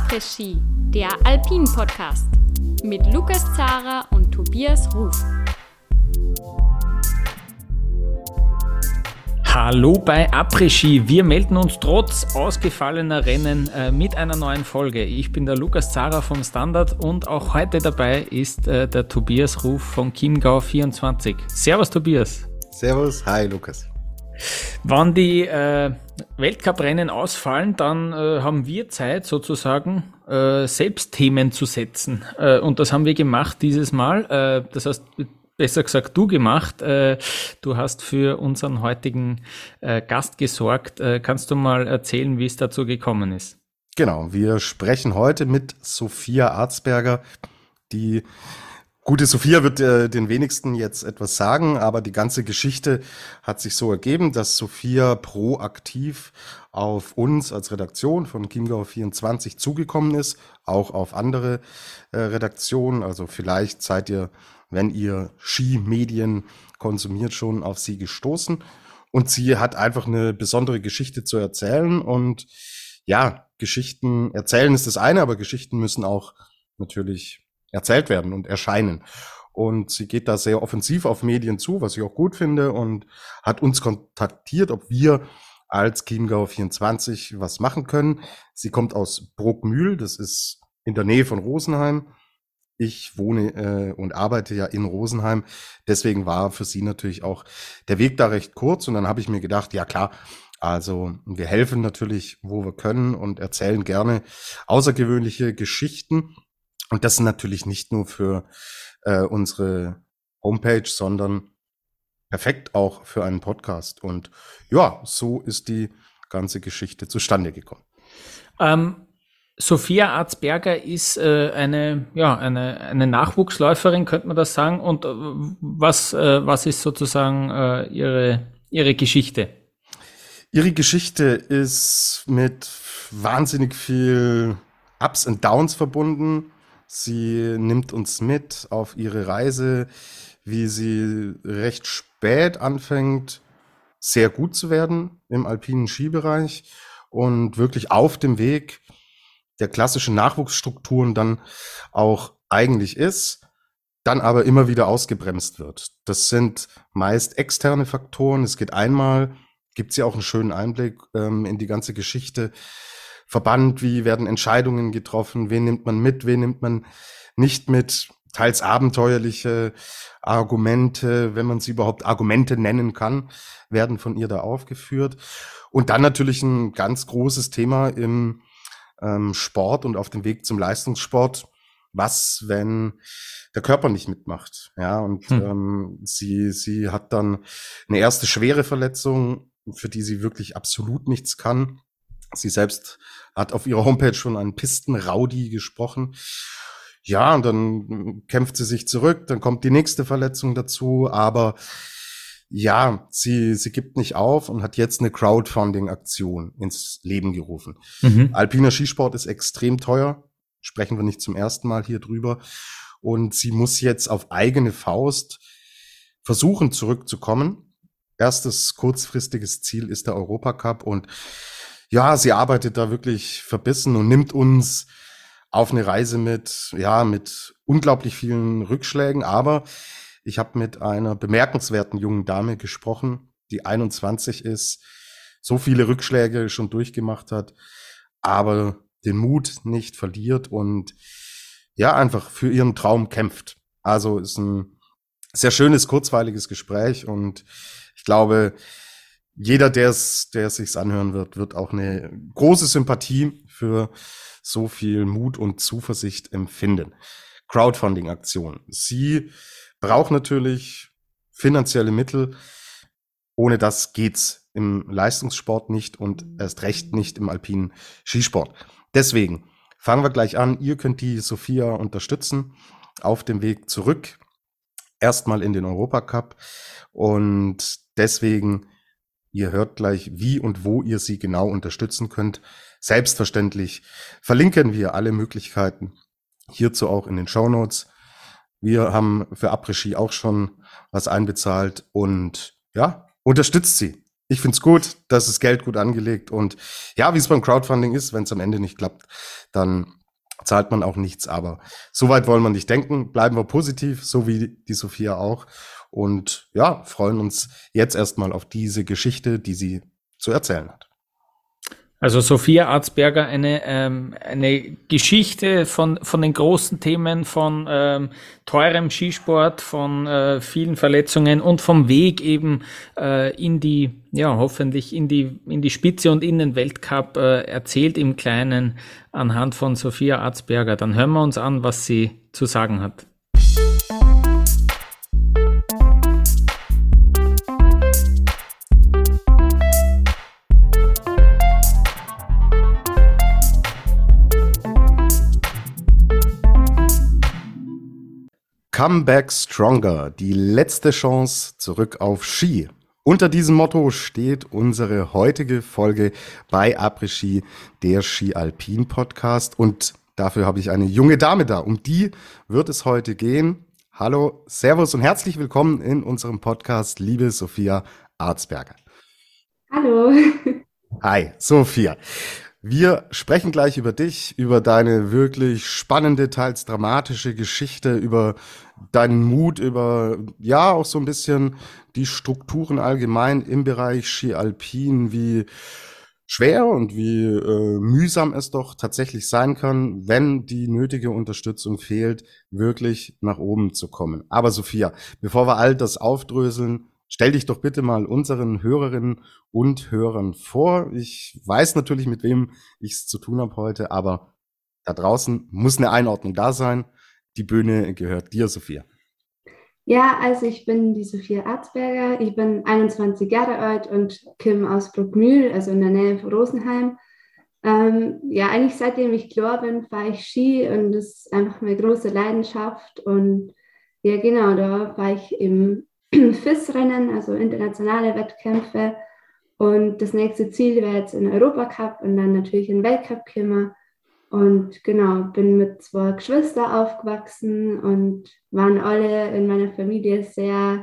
Après-Ski, der Alpin-Podcast mit Lukas Zara und Tobias Ruf. Hallo bei Après-Ski. Wir melden uns trotz ausgefallener Rennen mit einer neuen Folge. Ich bin der Lukas Zara vom Standard und auch heute dabei ist der Tobias Ruf von Chiemgau24. Servus Tobias. Servus, hi Lukas. Wenn die Weltcuprennen ausfallen, dann haben wir Zeit sozusagen selbst Themen zu setzen. Und das haben wir gemacht dieses Mal. Das heißt, besser gesagt, du gemacht. Du hast für unseren heutigen Gast gesorgt. Kannst du mal erzählen, wie es dazu gekommen ist? Genau, wir sprechen heute mit Sophia Arzberger. Die gute Sophia wird den wenigsten jetzt etwas sagen, aber die ganze Geschichte hat sich so ergeben, dass Sophia proaktiv auf uns als Redaktion von Chiemgau24 zugekommen ist, auch auf andere Redaktionen. Also vielleicht seid ihr, wenn ihr Skimedien konsumiert, schon auf sie gestoßen. Und sie hat einfach eine besondere Geschichte zu erzählen. Und ja, Geschichten erzählen ist das eine, aber Geschichten müssen auch natürlich erzählt werden und erscheinen. Und sie geht da sehr offensiv auf Medien zu, was ich auch gut finde, und hat uns kontaktiert, ob wir als Chiemgau24 was machen können. Sie kommt aus Bruckmühl, das ist in der Nähe von Rosenheim. Ich wohne und arbeite ja in Rosenheim. Deswegen war für sie natürlich auch der Weg da recht kurz. Und dann habe ich mir gedacht, ja klar, also wir helfen natürlich, wo wir können und erzählen gerne außergewöhnliche Geschichten. Und das natürlich nicht nur für unsere Homepage, sondern perfekt auch für einen Podcast. Und ja, so ist die ganze Geschichte zustande gekommen. Sophia Arzberger ist eine Nachwuchsläuferin, könnte man das sagen. Und was ist sozusagen ihre Geschichte? Ihre Geschichte ist mit wahnsinnig viel Ups und Downs verbunden. Sie nimmt uns mit auf ihre Reise, wie sie recht spät anfängt, sehr gut zu werden im alpinen Skibereich und wirklich auf dem Weg der klassischen Nachwuchsstrukturen dann auch eigentlich ist, dann aber immer wieder ausgebremst wird. Das sind meist externe Faktoren. Es geht einmal, gibt es ja auch einen schönen Einblick in die ganze Geschichte. Verband, wie werden Entscheidungen getroffen, wen nimmt man mit, wen nimmt man nicht mit, teils abenteuerliche Argumente, wenn man sie überhaupt Argumente nennen kann, werden von ihr da aufgeführt. Und dann natürlich ein ganz großes Thema im Sport und auf dem Weg zum Leistungssport, was, wenn der Körper nicht mitmacht. Ja, und sie hat dann eine erste schwere Verletzung, für die sie wirklich absolut nichts kann. Sie selbst hat auf ihrer Homepage schon einen Pistenrowdy gesprochen. Ja, und dann kämpft sie sich zurück, dann kommt die nächste Verletzung dazu, aber ja, sie gibt nicht auf und hat jetzt eine Crowdfunding-Aktion ins Leben gerufen. Alpiner Skisport ist extrem teuer, sprechen wir nicht zum ersten Mal hier drüber. Und sie muss jetzt auf eigene Faust versuchen, zurückzukommen. Erstes kurzfristiges Ziel ist der Europacup und ja, sie arbeitet da wirklich verbissen und nimmt uns auf eine Reise mit unglaublich vielen Rückschlägen. Aber ich habe mit einer bemerkenswerten jungen Dame gesprochen, die 21 ist, so viele Rückschläge schon durchgemacht hat, aber den Mut nicht verliert und ja, einfach für ihren Traum kämpft. Also ist ein sehr schönes, kurzweiliges Gespräch und ich glaube, jeder, der sich's anhören wird auch eine große Sympathie für so viel Mut und Zuversicht empfinden. Crowdfunding-Aktion. Sie braucht natürlich finanzielle Mittel. Ohne das geht's im Leistungssport nicht und erst recht nicht im alpinen Skisport. Deswegen fangen wir gleich an. Ihr könnt die Sophia unterstützen auf dem Weg zurück. Erstmal in den Europacup. Und deswegen, ihr hört gleich, wie und wo ihr sie genau unterstützen könnt. Selbstverständlich verlinken wir alle Möglichkeiten hierzu auch in den Shownotes. Wir haben für Après-Ski auch schon was einbezahlt und ja, unterstützt sie. Ich find's gut, das ist Geld gut angelegt und ja, wie es beim Crowdfunding ist, wenn es am Ende nicht klappt, dann zahlt man auch nichts. Aber so weit wollen wir nicht denken. Bleiben wir positiv, so wie die Sophia auch. Und ja, freuen uns jetzt erstmal auf diese Geschichte, die sie zu erzählen hat. Also Sophia Arzberger, eine Geschichte von den großen Themen, von teurem Skisport, von vielen Verletzungen und vom Weg eben hoffentlich in die Spitze und in den Weltcup erzählt im Kleinen anhand von Sophia Arzberger. Dann hören wir uns an, was sie zu sagen hat. Come Back Stronger, die letzte Chance zurück auf Ski. Unter diesem Motto steht unsere heutige Folge bei Après Ski, der Ski Alpin Podcast. Und dafür habe ich eine junge Dame da. Um die wird es heute gehen. Hallo, Servus und herzlich willkommen in unserem Podcast, liebe Sophia Arzberger. Hallo. Hi, Sophia. Wir sprechen gleich über dich, über deine wirklich spannende, teils dramatische Geschichte, über deinen Mut, über ja auch so ein bisschen die Strukturen allgemein im Bereich Ski Alpin, wie schwer und wie mühsam es doch tatsächlich sein kann, wenn die nötige Unterstützung fehlt, wirklich nach oben zu kommen. Aber Sophia, bevor wir all das aufdröseln, stell dich doch bitte mal unseren Hörerinnen und Hörern vor. Ich weiß natürlich, mit wem ich es zu tun habe heute, aber da draußen muss eine Einordnung da sein. Die Bühne gehört dir, Sophia. Ja, also ich bin die Sophia Arzberger. Ich bin 21 Jahre alt und komme aus Bruckmühl, also in der Nähe von Rosenheim. Eigentlich seitdem ich klar bin, fahre ich Ski und das ist einfach meine große Leidenschaft. Und ja, genau, da fahre ich im FIS-Rennen, also internationale Wettkämpfe. Und das nächste Ziel wäre jetzt ein Europacup und dann natürlich ein Weltcup kommen. Und genau, bin mit 2 Geschwistern aufgewachsen und waren alle in meiner Familie sehr,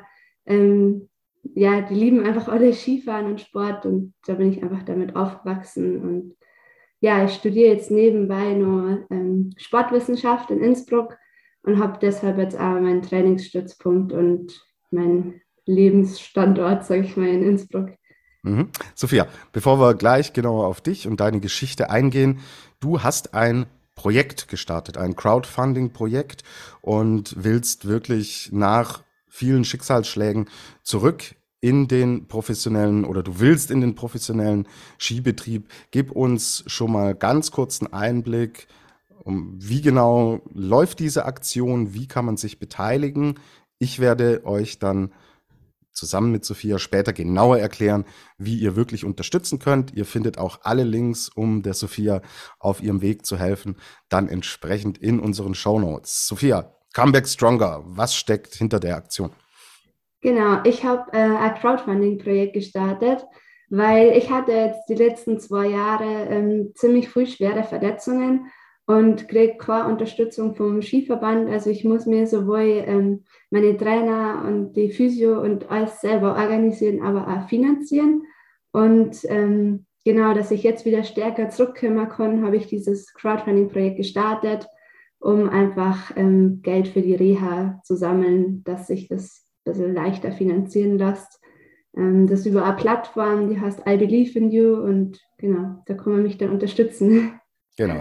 die lieben einfach alle Skifahren und Sport und da bin ich einfach damit aufgewachsen. Und ja, ich studiere jetzt nebenbei nur Sportwissenschaft in Innsbruck und habe deshalb jetzt auch meinen Trainingsstützpunkt und meinen Lebensstandort, sage ich mal, in Innsbruck. Sophia, bevor wir gleich genauer auf dich und deine Geschichte eingehen, du hast ein Projekt gestartet, ein Crowdfunding-Projekt und willst wirklich nach vielen Schicksalsschlägen zurück in den professionellen oder du willst in den professionellen Skibetrieb. Gib uns schon mal ganz kurz einen Einblick, wie genau läuft diese Aktion, wie kann man sich beteiligen. Ich werde euch dann zusammen mit Sophia später genauer erklären, wie ihr wirklich unterstützen könnt. Ihr findet auch alle Links, um der Sophia auf ihrem Weg zu helfen, dann entsprechend in unseren Shownotes. Sophia, Come Back Stronger, was steckt hinter der Aktion? Genau, ich habe ein Crowdfunding-Projekt gestartet, weil ich hatte jetzt die letzten 2 Jahre ziemlich viel schwere Verletzungen und kriege keine Unterstützung vom Skiverband. Also ich muss mir sowohl meine Trainer und die Physio und alles selber organisieren, aber auch finanzieren. Und genau, dass ich jetzt wieder stärker zurückkommen kann, habe ich dieses Crowdfunding-Projekt gestartet, um einfach Geld für die Reha zu sammeln, dass sich das ein bisschen leichter finanzieren lässt. Das über eine Plattform, die heißt I Believe in You und genau, da kann man mich dann unterstützen. Genau,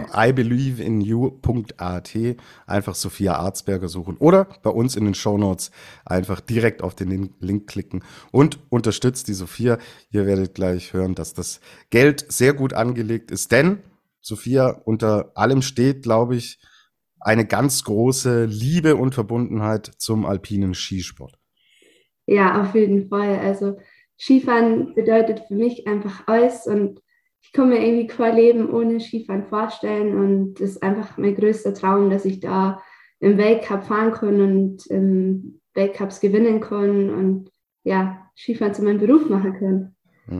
ibelieveinyou.at, einfach Sophia Arzberger suchen oder bei uns in den Shownotes einfach direkt auf den Link klicken und unterstützt die Sophia. Ihr werdet gleich hören, dass das Geld sehr gut angelegt ist, denn Sophia, unter allem steht, glaube ich, eine ganz große Liebe und Verbundenheit zum alpinen Skisport. Ja, auf jeden Fall. Also Skifahren bedeutet für mich einfach alles und ich kann mir irgendwie kein Leben ohne Skifahren vorstellen und das ist einfach mein größter Traum, dass ich da im Weltcup fahren kann und Weltcups gewinnen kann und ja, Skifahren zu meinem Beruf machen kann.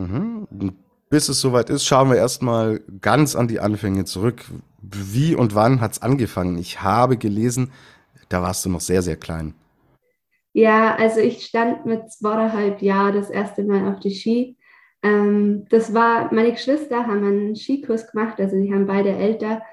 Bis es soweit ist, schauen wir erstmal ganz an die Anfänge zurück. Wie und wann hat es angefangen? Ich habe gelesen, da warst du noch sehr, sehr klein. Ja, also ich stand mit 2,5 Jahren das erste Mal auf die Ski. Meine Geschwister haben einen Skikurs gemacht, also die haben beide älter.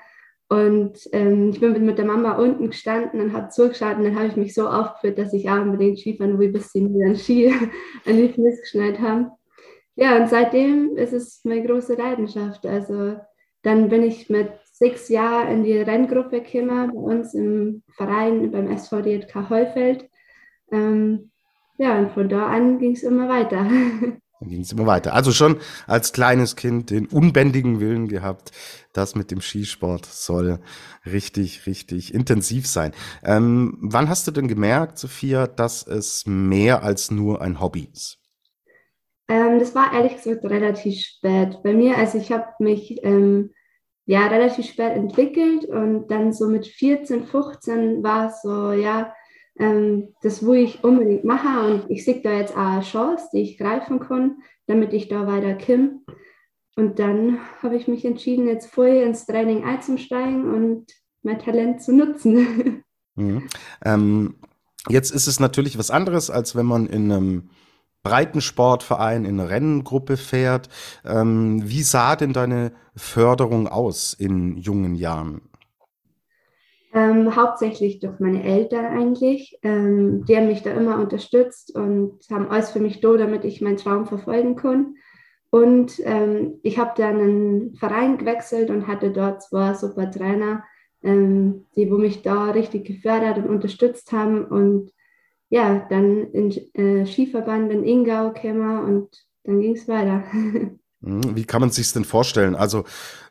Und ich bin mit der Mama unten gestanden und habe zugeschaut und dann habe ich mich so aufgeführt, dass ich auch unbedingt Skifahren will, bis sie mir einen Ski an die Füße geschnallt haben. Ja, und seitdem ist es meine große Leidenschaft. Also dann bin ich mit 6 Jahren in die Renngruppe gekommen, bei uns im Verein beim SVDK Heufeld. Ja, und von da an ging es immer weiter. Dann ging es immer weiter. Also schon als kleines Kind den unbändigen Willen gehabt, das mit dem Skisport soll richtig, richtig intensiv sein. Wann hast du denn gemerkt, Sophia, dass es mehr als nur ein Hobby ist? Das war ehrlich gesagt relativ spät bei mir. Also ich habe mich ja relativ spät entwickelt und dann so mit 14, 15 war es so, ja, das will ich unbedingt machen und ich sehe da jetzt auch eine Chance, die ich greifen kann, damit ich da weiter komme. Und dann habe ich mich entschieden, jetzt voll ins Training einzusteigen und mein Talent zu nutzen. Mhm. Jetzt ist es natürlich was anderes, als wenn man in einem Breitensportverein, in einer Renngruppe fährt. Wie sah denn deine Förderung aus in jungen Jahren? Hauptsächlich durch meine Eltern eigentlich. Die haben mich da immer unterstützt und haben alles für mich da, damit ich meinen Traum verfolgen kann. Und ich habe dann einen Verein gewechselt und hatte dort zwei super Trainer, die wo mich da richtig gefördert und unterstützt haben. Und ja, dann in Skiverband in Ingau käme und dann ging es weiter. Wie kann man sich's denn vorstellen? Also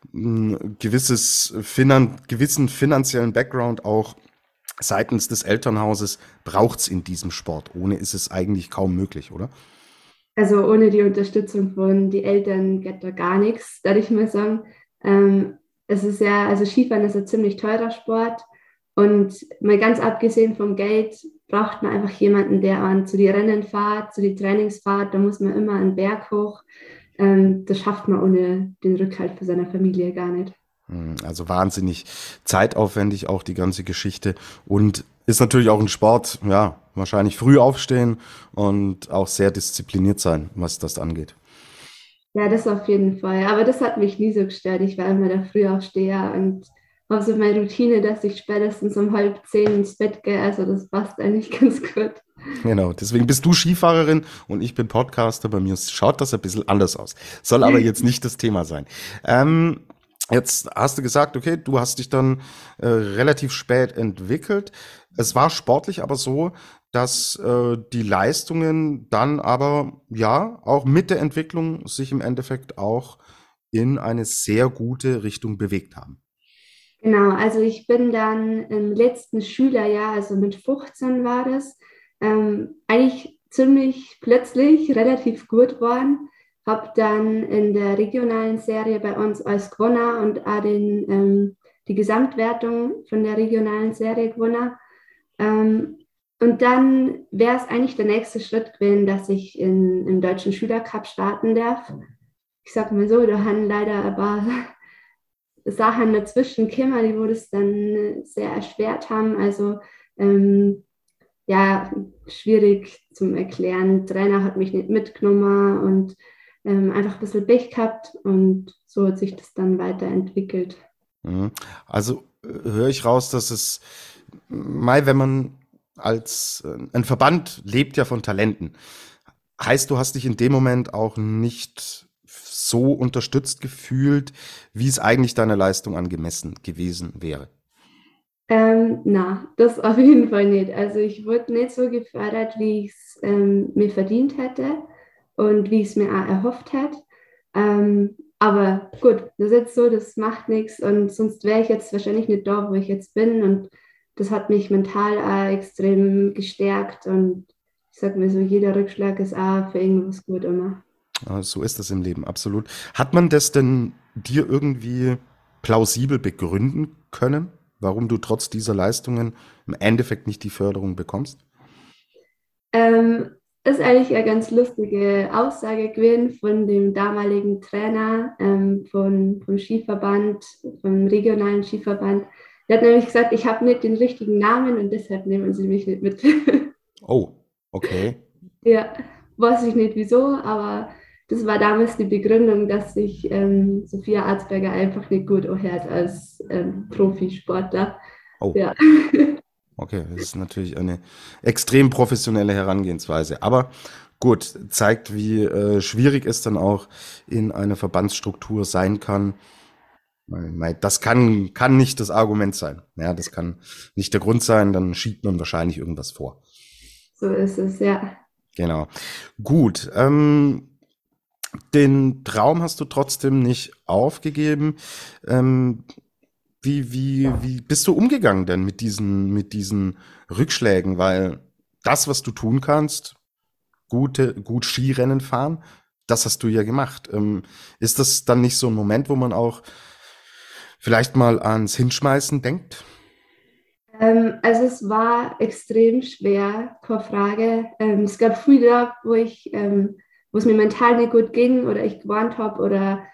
gewissen finanziellen Background auch seitens des Elternhauses braucht's in diesem Sport. Ohne ist es eigentlich kaum möglich, oder? Also ohne die Unterstützung von den Eltern geht da gar nichts, würde ich mal sagen. Es ist ja, also Skifahren ist ein ziemlich teurer Sport und mal ganz abgesehen vom Geld braucht man einfach jemanden, der an zu den Rennen fährt, zu den Trainingsfahrt, da muss man immer einen Berg hoch. Das schafft man ohne den Rückhalt für seine Familie gar nicht. Also wahnsinnig zeitaufwendig auch die ganze Geschichte und ist natürlich auch ein Sport, ja, wahrscheinlich früh aufstehen und auch sehr diszipliniert sein, was das angeht. Ja, das auf jeden Fall. Aber das hat mich nie so gestört. Ich war immer der Frühaufsteher und habe so meine Routine, dass ich spätestens um 9:30 ins Bett gehe. Also das passt eigentlich ganz gut. Genau, deswegen bist du Skifahrerin und ich bin Podcaster. Bei mir schaut das ein bisschen anders aus. Soll aber jetzt nicht das Thema sein. Jetzt hast du gesagt, okay, du hast dich dann relativ spät entwickelt. Es war sportlich aber so, dass die Leistungen dann aber ja auch mit der Entwicklung sich im Endeffekt auch in eine sehr gute Richtung bewegt haben. Genau, also ich bin dann im letzten Schülerjahr, also mit 15 war das, eigentlich ziemlich plötzlich relativ gut geworden. Habe dann in der regionalen Serie bei uns als gewonnen und auch die Gesamtwertung von der regionalen Serie gewonnen. Und dann wäre es eigentlich der nächste Schritt gewesen, dass ich im Deutschen Schülercup starten darf. Ich sage mal so, da haben leider ein paar Sachen dazwischen gekommen, die wo das dann sehr erschwert haben. Also ja, schwierig zum Erklären. Der Trainer hat mich nicht mitgenommen und einfach ein bisschen Pech gehabt und so hat sich das dann weiterentwickelt. Also höre ich raus, dass es mal, wenn man als ein Verband lebt ja von Talenten. Heißt, du hast dich in dem Moment auch nicht so unterstützt gefühlt, wie es eigentlich deiner Leistung angemessen gewesen wäre? Na, das auf jeden Fall nicht. Also ich wurde nicht so gefördert, wie ich es mir verdient hätte und wie ich es mir auch erhofft hätte. Aber gut, das ist jetzt so, das macht nichts und sonst wäre ich jetzt wahrscheinlich nicht da, wo ich jetzt bin und das hat mich mental auch extrem gestärkt und ich sag mir so, jeder Rückschlag ist auch für irgendwas gut immer. So ist das im Leben, absolut. Hat man das denn dir irgendwie plausibel begründen können, warum du trotz dieser Leistungen im Endeffekt nicht die Förderung bekommst? Ist eigentlich eine ganz lustige Aussage gewesen von dem damaligen Trainer vom Skiverband, vom regionalen Skiverband. Der hat nämlich gesagt, ich habe nicht den richtigen Namen und deshalb nehmen sie mich nicht mit. Oh, okay. Ja, weiß ich nicht wieso, aber das war damals die Begründung, dass sich Sophia Arzberger einfach nicht gut anhört als Profisportler. Oh, Ja. okay, das ist natürlich eine extrem professionelle Herangehensweise. Aber gut, zeigt, wie schwierig es dann auch in einer Verbandsstruktur sein kann. Das kann nicht das Argument sein. Ja, das kann nicht der Grund sein, dann schiebt man wahrscheinlich irgendwas vor. So ist es, ja. Genau. Gut, den Traum hast du trotzdem nicht aufgegeben. Wie bist du umgegangen denn mit diesen Rückschlägen? Weil das, was du tun kannst, gut Skirennen fahren, das hast du ja gemacht. Ist das dann nicht so ein Moment, wo man auch vielleicht mal ans Hinschmeißen denkt? Also es war extrem schwer, keine Frage. Es gab viele Tage, wo es mir mental nicht gut ging oder ich gewarnt habe oder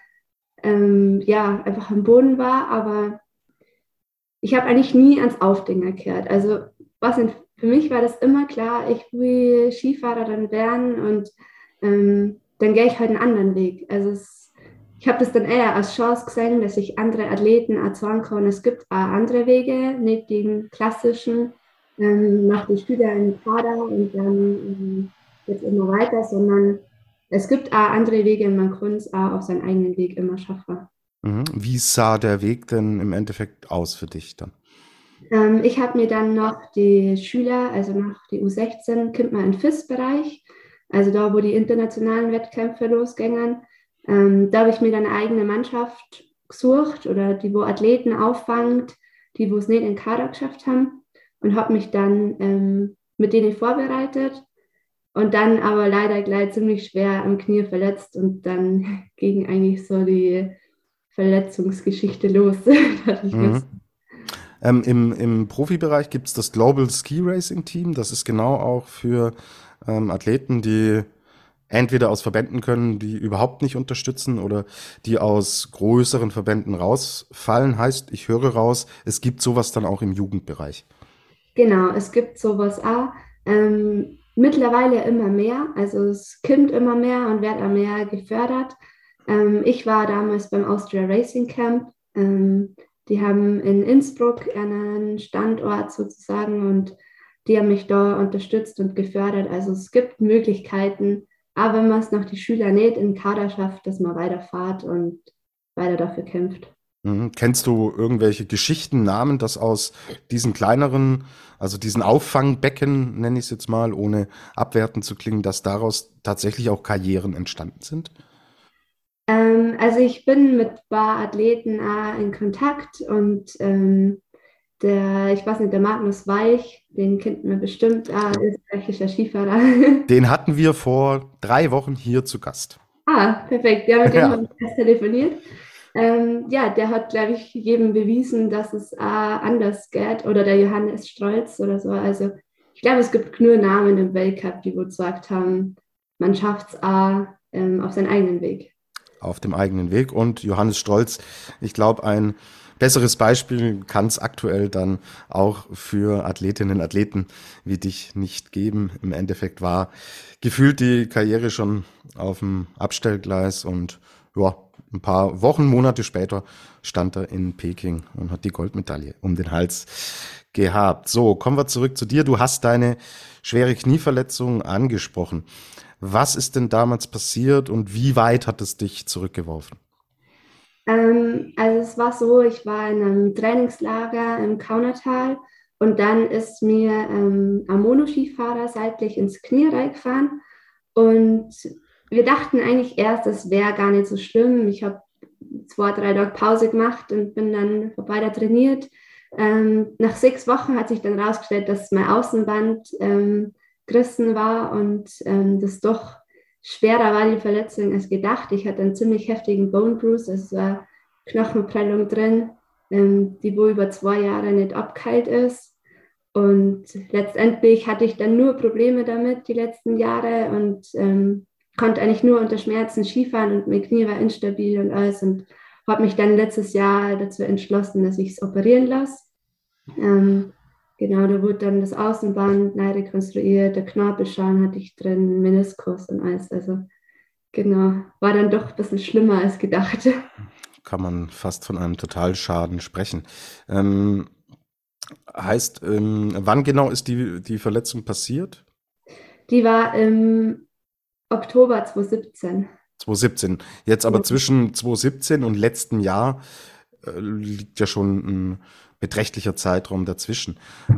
ja, einfach am Boden war, aber ich habe eigentlich nie ans Aufdingen gehört. Also für mich war das immer klar, ich will Skifahrerin werden und dann gehe ich halt einen anderen Weg. Ich habe das dann eher als Chance gesehen, dass ich andere Athleten auch sagen kann, es gibt auch andere Wege, nicht den klassischen, nach den Schüler in den Kader und dann jetzt immer weiter, sondern es gibt auch andere Wege und man kann es auch auf seinen eigenen Weg immer schaffen. Mhm. Wie sah der Weg denn im Endeffekt aus für dich dann? Ich habe mir dann noch die Schüler, also nach die U16, kommt man in den FIS-Bereich, also da, wo die internationalen Wettkämpfe losgingen. Da habe ich mir dann eine eigene Mannschaft gesucht oder die, wo Athleten auffangt, die, wo es nicht in den Kader geschafft haben und habe mich dann mit denen vorbereitet und dann aber leider gleich ziemlich schwer am Knie verletzt und dann ging eigentlich so die Verletzungsgeschichte los. Mhm. Im Profibereich gibt es das Global Ski Racing Team. Das ist genau auch für Athleten, die entweder aus Verbänden können, die überhaupt nicht unterstützen oder die aus größeren Verbänden rausfallen. Heißt, ich höre raus, es gibt sowas dann auch im Jugendbereich. Genau, es gibt sowas auch. Mittlerweile immer mehr, also es kommt immer mehr und wird auch mehr gefördert. Ich war damals beim Austria Racing Camp. Die haben in Innsbruck einen Standort sozusagen und die haben mich da unterstützt und gefördert. Also es gibt Möglichkeiten, aber wenn man es noch die Schüler nicht in den Kader schafft, dass man weiterfahrt und weiter dafür kämpft. Mhm. Kennst du irgendwelche Geschichten, Namen, dass aus diesen kleineren, also diesen Auffangbecken, nenne ich es jetzt mal, ohne abwertend zu klingen, dass daraus tatsächlich auch Karrieren entstanden sind? Also ich bin mit ein paar Athleten auch in Kontakt und ich weiß nicht, der Magnus Weich, den kennt man bestimmt, österreichischer Skifahrer. Den hatten wir vor 3 Wochen hier zu Gast. Perfekt, ja, mit dem Ja. habe ich erst telefoniert. Ja, der hat, glaube ich, jedem bewiesen, dass es anders geht oder der Johannes Strolz oder so. Also ich glaube, es gibt nur Namen im Weltcup, die wohl gesagt haben, man schafft es auf seinen eigenen Weg. Auf dem eigenen Weg. Und Johannes Strolz, ich glaube, ein besseres Beispiel kann es aktuell dann auch für Athletinnen und Athleten wie dich nicht geben. Im Endeffekt war gefühlt die Karriere schon auf dem Abstellgleis und ja, ein paar Wochen, Monate später stand er in Peking und hat die Goldmedaille um den Hals gehabt. So, kommen wir zurück zu dir. Du hast deine schwere Knieverletzung angesprochen. Was ist denn damals passiert und wie weit hat es dich zurückgeworfen? Also es war so, ich war in einem Trainingslager im Kaunertal und dann ist mir ein Monoskifahrer seitlich ins Knie reingefahren und wir dachten eigentlich erst, es wäre gar nicht so schlimm. Ich habe 2, 3 Tage Pause gemacht und bin dann weiter trainiert. Nach 6 Wochen hat sich dann rausgestellt, dass mein Außenband gerissen war und das doch schwerer war, die Verletzung, als gedacht. Ich hatte einen ziemlich heftigen Bone Bruise, also es war Knochenprellung drin, die wohl über 2 Jahre nicht abgeheilt ist. Und letztendlich hatte ich dann nur Probleme damit die letzten Jahre und konnte eigentlich nur unter Schmerzen Skifahren und mein Knie war instabil und alles und habe mich dann letztes Jahr dazu entschlossen, dass ich es operieren lasse. Genau, da wurde dann das Außenband neu rekonstruiert, der Knorpelschaden hatte ich drin, Meniskus und alles. Also Genau, war dann doch ein bisschen schlimmer als gedacht. Kann man fast von einem Totalschaden sprechen. Ähm, heißt, wann genau ist die Verletzung passiert? Die war im Oktober 2017. 2017. Jetzt aber Ja. zwischen 2017 und letztem Jahr liegt ja schon ein beträchtlicher Zeitraum dazwischen.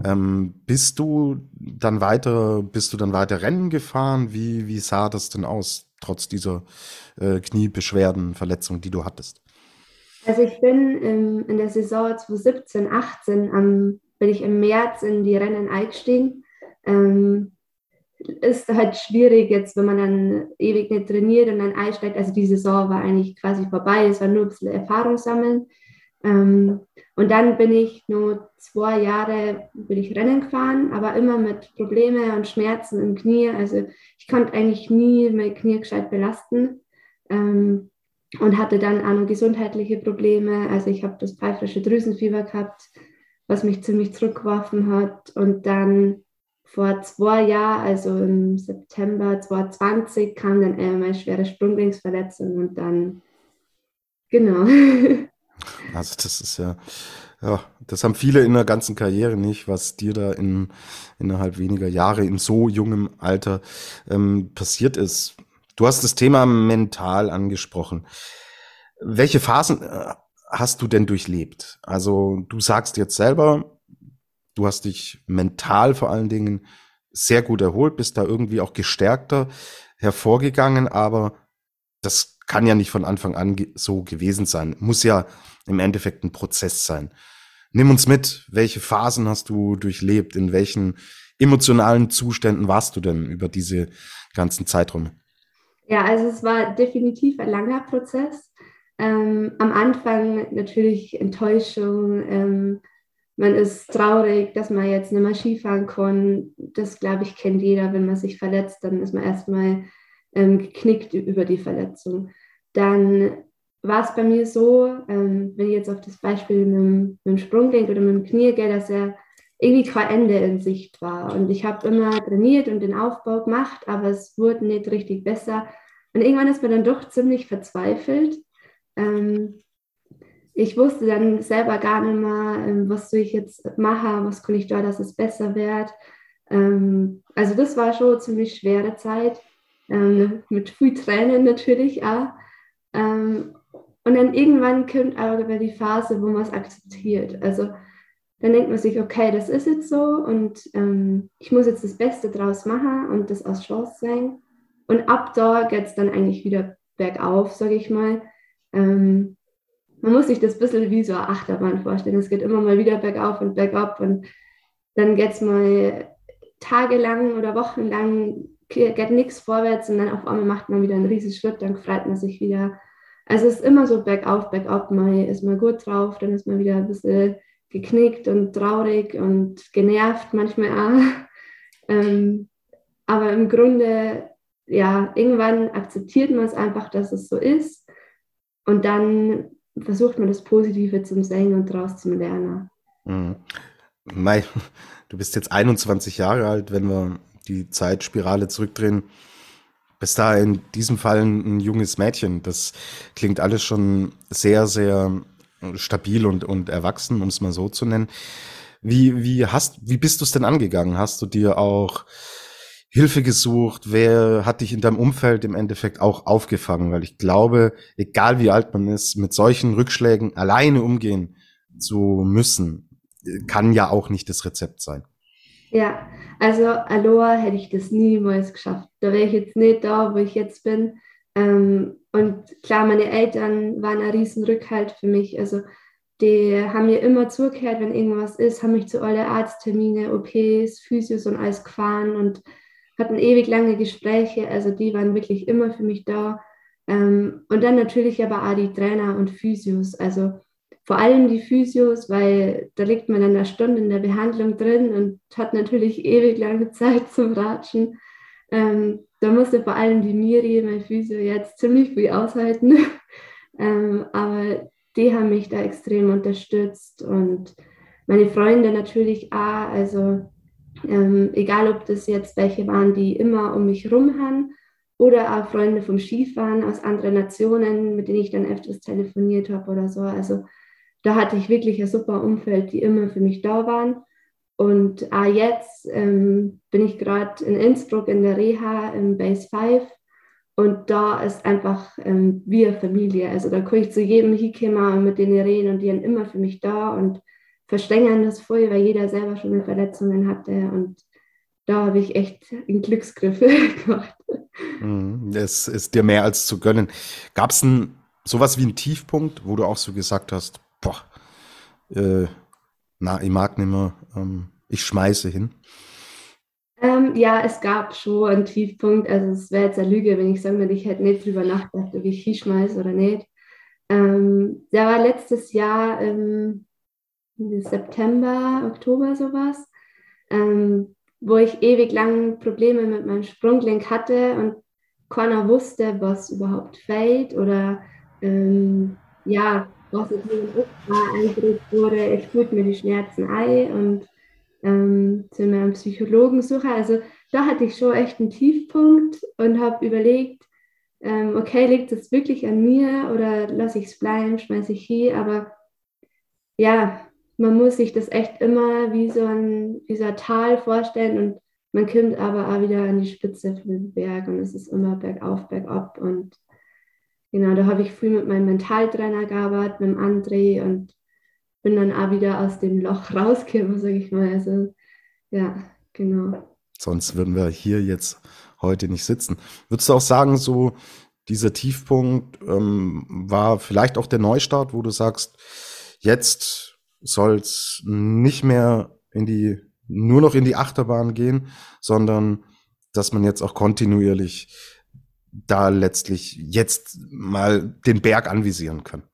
Bist du dann weiter Rennen gefahren? Wie sah das denn aus, trotz dieser Kniebeschwerden, Verletzung, die du hattest? Also ich bin in der Saison 2017, 18, bin ich im März in die Rennen eingestiegen. Ähm, Ist halt schwierig jetzt, wenn man dann ewig nicht trainiert und dann einsteigt. Also die Saison war eigentlich quasi vorbei, es war nur ein bisschen Erfahrung sammeln. Ähm, und dann bin ich nur 2 Jahre bin ich Rennen gefahren, aber immer mit Problemen und Schmerzen im Knie. Also ich konnte eigentlich nie mein Knie gescheit belasten. Ähm, und hatte dann auch noch gesundheitliche Probleme. Also ich habe das pfeifische Drüsenfieber gehabt, was mich ziemlich zurückgeworfen hat. Und dann vor 2 Jahren, also im September 2020, kam dann meine schwere Sprunggelenksverletzung und dann, genau. Also das ist ja, das haben viele in der ganzen Karriere nicht, was dir da innerhalb weniger Jahre in so jungem Alter passiert ist. Du hast das Thema mental angesprochen. Welche Phasen hast du denn durchlebt? Also du sagst jetzt selber, du hast dich mental vor allen Dingen sehr gut erholt, bist da irgendwie auch gestärkter hervorgegangen, aber das kann ja nicht von Anfang an so gewesen sein. Muss ja im Endeffekt ein Prozess sein. Nimm uns mit, welche Phasen hast du durchlebt? In welchen emotionalen Zuständen warst du denn über diese ganzen Zeiträume? Ja, also es war definitiv ein langer Prozess. Am Anfang natürlich Enttäuschung. Man ist traurig, dass man jetzt nicht mehr Skifahren kann. Das, glaube ich, kennt jeder, wenn man sich verletzt, dann ist man erstmal geknickt über die Verletzung. Dann war es bei mir so, wenn ich jetzt auf das Beispiel mit dem Sprunggelenk oder mit dem Knie gehe, dass er irgendwie kein Ende in Sicht war. Und ich habe immer trainiert und den Aufbau gemacht, aber es wurde nicht richtig besser. Und irgendwann ist man dann doch ziemlich verzweifelt. Ähm, Ich wusste dann selber gar nicht mehr, was soll ich jetzt machen, was kann ich da, dass es besser wird. Also das war schon eine ziemlich schwere Zeit, mit viel Tränen natürlich auch. Ähm, und dann irgendwann kommt aber die Phase, wo man es akzeptiert. Also dann denkt man sich, okay, das ist jetzt so und ich muss jetzt das Beste draus machen und das als Chance sehen. Und ab da geht es dann eigentlich wieder bergauf, sage ich mal. Man muss sich das ein bisschen wie so eine Achterbahn vorstellen. Es geht immer mal wieder bergauf und bergab und dann geht es mal tagelang oder wochenlang, geht nichts vorwärts und dann auf einmal macht man wieder einen riesen Schritt, dann freut man sich wieder. Also es ist immer so bergauf, bergab, mal ist man gut drauf, dann ist man wieder ein bisschen geknickt und traurig und genervt manchmal auch. Aber im Grunde, ja, irgendwann akzeptiert man es einfach, dass es so ist und dann versucht man das Positive zum Sehen und daraus zu lernen. Mhm. Mei, du bist jetzt 21 Jahre alt, wenn wir die Zeitspirale zurückdrehen. Bist da in diesem Fall ein junges Mädchen. Das klingt alles schon sehr, sehr stabil und erwachsen, um es mal so zu nennen. Wie bist du es denn angegangen? Hast du dir auch Hilfe gesucht? Wer hat dich in deinem Umfeld im Endeffekt auch aufgefangen? Weil ich glaube, egal wie alt man ist, mit solchen Rückschlägen alleine umgehen zu müssen, kann ja auch nicht das Rezept sein. Ja, also Aloha hätte ich das niemals geschafft. Da wäre ich jetzt nicht da, wo ich jetzt bin. Und klar, meine Eltern waren ein riesen Rückhalt für mich. Also die haben mir immer zugehört, wenn irgendwas ist, haben mich zu alle Arzttermine, OPs, Physios und alles gefahren und hatten ewig lange Gespräche. Also die waren wirklich immer für mich da. Und dann natürlich aber auch die Trainer und Physios. Also vor allem die Physios, weil da liegt man dann eine Stunde in der Behandlung drin und hat natürlich ewig lange Zeit zum Ratschen. Da musste vor allem die Miri, mein Physio, jetzt ziemlich viel aushalten. Aber die haben mich da extrem unterstützt und meine Freunde natürlich auch. Also egal, ob das jetzt welche waren, die immer um mich rum haben oder auch Freunde vom Skifahren aus anderen Nationen, mit denen ich dann öfters telefoniert habe oder so. Also da hatte ich wirklich ein super Umfeld, die immer für mich da waren. Und auch jetzt bin ich gerade in Innsbruck in der Reha im Base 5 und da ist einfach wie eine Familie. Also da kann ich zu jedem hinkommen und mit denen reden und die sind immer für mich da und verstängern das voll, weil jeder selber schon eine Verletzungen hatte und da habe ich echt einen Glücksgriff gemacht. Es ist dir mehr als zu gönnen. Gab es sowas wie einen Tiefpunkt, wo du auch so gesagt hast, boah, ich mag nicht mehr, ich schmeiße hin? Ja, es gab schon einen Tiefpunkt. Also es wäre jetzt eine Lüge, wenn ich sagen würde, ich hätte nicht drüber nachgedacht, ob ich hinschmeiße oder nicht. Der war letztes Jahr im September, Oktober sowas, wo ich ewig lang Probleme mit meinem Sprunggelenk hatte und keiner wusste, was überhaupt fehlt oder ja, was jetzt mir im Opa eingedrückt wurde. Ich spürte mir die Schmerzen ein und zu meinem Psychologen suche. Also da hatte ich schon echt einen Tiefpunkt und habe überlegt, okay, liegt es wirklich an mir oder lasse ich es bleiben, schmeiße ich hin, aber ja, man muss sich das echt immer wie so ein Tal vorstellen und man kommt aber auch wieder an die Spitze von dem Berg und es ist immer bergauf, bergab und genau, da habe ich viel mit meinem Mentaltrainer gearbeitet, mit dem André und bin dann auch wieder aus dem Loch rausgekommen, sage ich mal. Also ja, genau. Sonst würden wir hier jetzt heute nicht sitzen. Würdest du auch sagen, so dieser Tiefpunkt war vielleicht auch der Neustart, wo du sagst, jetzt soll es nicht mehr nur noch in die Achterbahn gehen, sondern dass man jetzt auch kontinuierlich da letztlich jetzt mal den Berg anvisieren kann?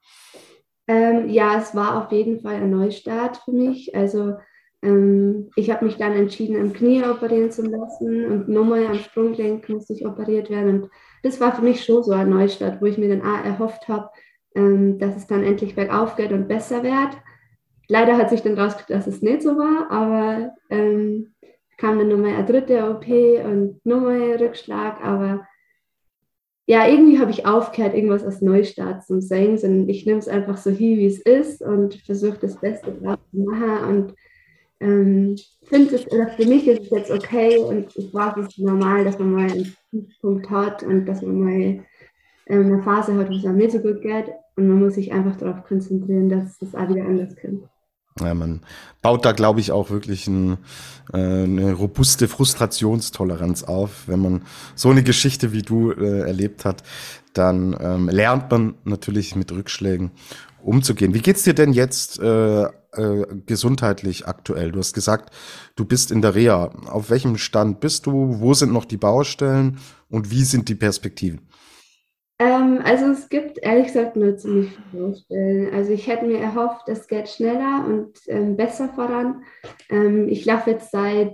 Ja, es war auf jeden Fall ein Neustart für mich. Also ich habe mich dann entschieden, am Knie operieren zu lassen und nochmal am Sprunggelenk musste ich operiert werden. Und das war für mich schon so ein Neustart, wo ich mir dann auch erhofft habe, dass es dann endlich bergauf geht und besser wird. Leider hat sich dann rausgestellt, dass es nicht so war, aber kam dann nochmal eine dritte OP und nochmal ein Rückschlag, aber ja, irgendwie habe ich aufgehört, irgendwas als Neustart zu sehen, sondern ich nehme es einfach so hin, wie es ist und versuche das Beste draus zu machen und finde es, oder für mich ist es jetzt okay und ich weiß, es ist normal, dass man mal einen Punkt hat und dass man mal eine Phase hat, wo es einem nicht so gut geht und man muss sich einfach darauf konzentrieren, dass es auch wieder anders kommt. Ja, man baut da, glaube ich, auch wirklich eine robuste Frustrationstoleranz auf. Wenn man so eine Geschichte wie du erlebt hat, dann lernt man natürlich mit Rückschlägen umzugehen. Wie geht's dir denn jetzt gesundheitlich aktuell? Du hast gesagt, du bist in der Reha. Auf welchem Stand bist du? Wo sind noch die Baustellen? Und wie sind die Perspektiven? Also es gibt ehrlich gesagt nur ziemlich viele Baustellen. Also ich hätte mir erhofft, es geht schneller und besser voran. Ich laufe jetzt seit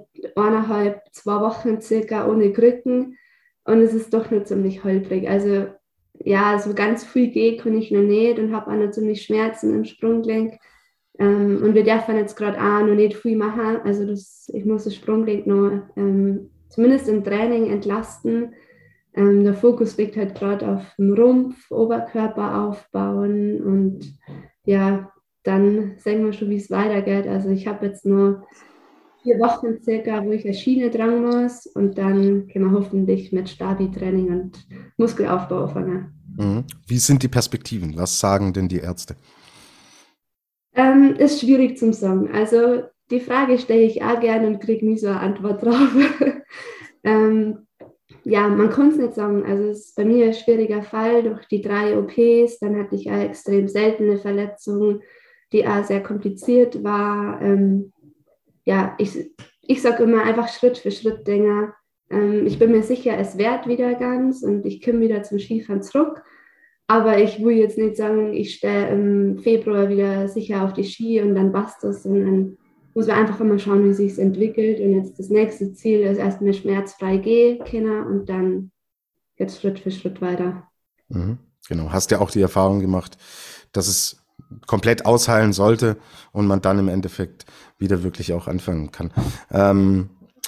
2 Wochen circa ohne Krücken und es ist doch nur ziemlich holprig. Also ja, so ganz viel gehen kann ich noch nicht und habe auch noch ziemlich Schmerzen im Sprunggelenk. Und wir dürfen jetzt gerade auch noch nicht viel machen. Also ich muss das Sprunggelenk noch zumindest im Training entlasten. Der Fokus liegt halt gerade auf dem Rumpf, Oberkörper aufbauen und ja, dann sehen wir schon, wie es weitergeht. Also ich habe jetzt nur 4 Wochen circa, wo ich eine Schiene dran muss und dann können wir hoffentlich mit Stabi-Training und Muskelaufbau anfangen. Mhm. Wie sind die Perspektiven? Was sagen denn die Ärzte? Ist schwierig zu sagen. Also die Frage stelle ich auch gerne und kriege nie so eine Antwort drauf. Ja, man kann es nicht sagen. Also es ist bei mir ein schwieriger Fall durch die 3 OPs. Dann hatte ich eine extrem seltene Verletzung, die auch sehr kompliziert war. Ja, ich sage immer einfach Schritt für Schritt Dinge. Ich bin mir sicher, es wird wieder ganz und ich komme wieder zum Skifahren zurück. Aber ich will jetzt nicht sagen, ich stehe im Februar wieder sicher auf die Ski und dann passt das, sondern muss man einfach immer schauen, wie sich es entwickelt. Und jetzt das nächste Ziel ist erstmal schmerzfrei gehen können und dann geht es Schritt für Schritt weiter. Mhm, genau, hast ja auch die Erfahrung gemacht, dass es komplett ausheilen sollte und man dann im Endeffekt wieder wirklich auch anfangen kann.